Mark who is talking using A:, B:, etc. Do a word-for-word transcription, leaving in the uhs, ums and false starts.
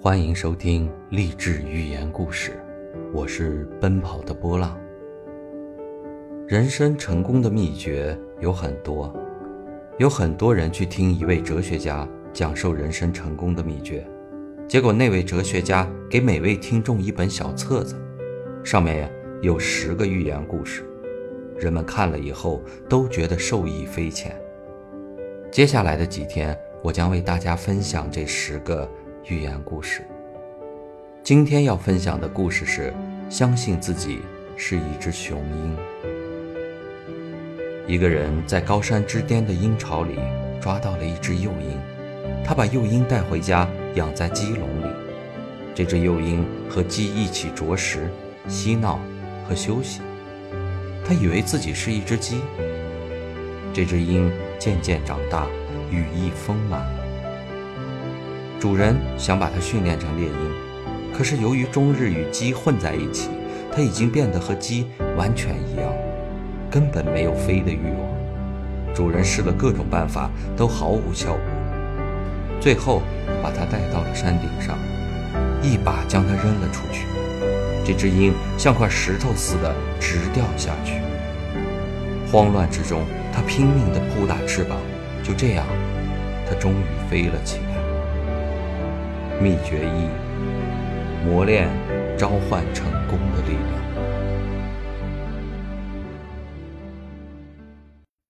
A: 欢迎收听励志寓言故事，我是奔跑的波浪。人生成功的秘诀有很多，有很多人去听一位哲学家讲授人生成功的秘诀，结果那位哲学家给每位听众一本小册子，上面有十个寓言故事，人们看了以后都觉得受益匪浅。接下来的几天，我将为大家分享这十个寓言故事。今天要分享的故事是相信自己是一只雄鹰。一个人在高山之巅的鹰巢里抓到了一只幼鹰，他把幼鹰带回家养在鸡笼里。这只幼鹰和鸡一起啄食、嬉闹和休息，他以为自己是一只鸡。这只鹰渐渐长大，羽翼丰满。主人想把它训练成猎鹰，可是由于终日与鸡混在一起，它已经变得和鸡完全一样，根本没有飞的欲望。主人试了各种办法，都毫无效果。最后把它带到了山顶上，一把将它扔了出去。这只鹰像块石头似的直掉下去。慌乱之中，它拼命地扑打翅膀，就这样，它终于飞了起来。秘诀一：磨练召唤成功的力量。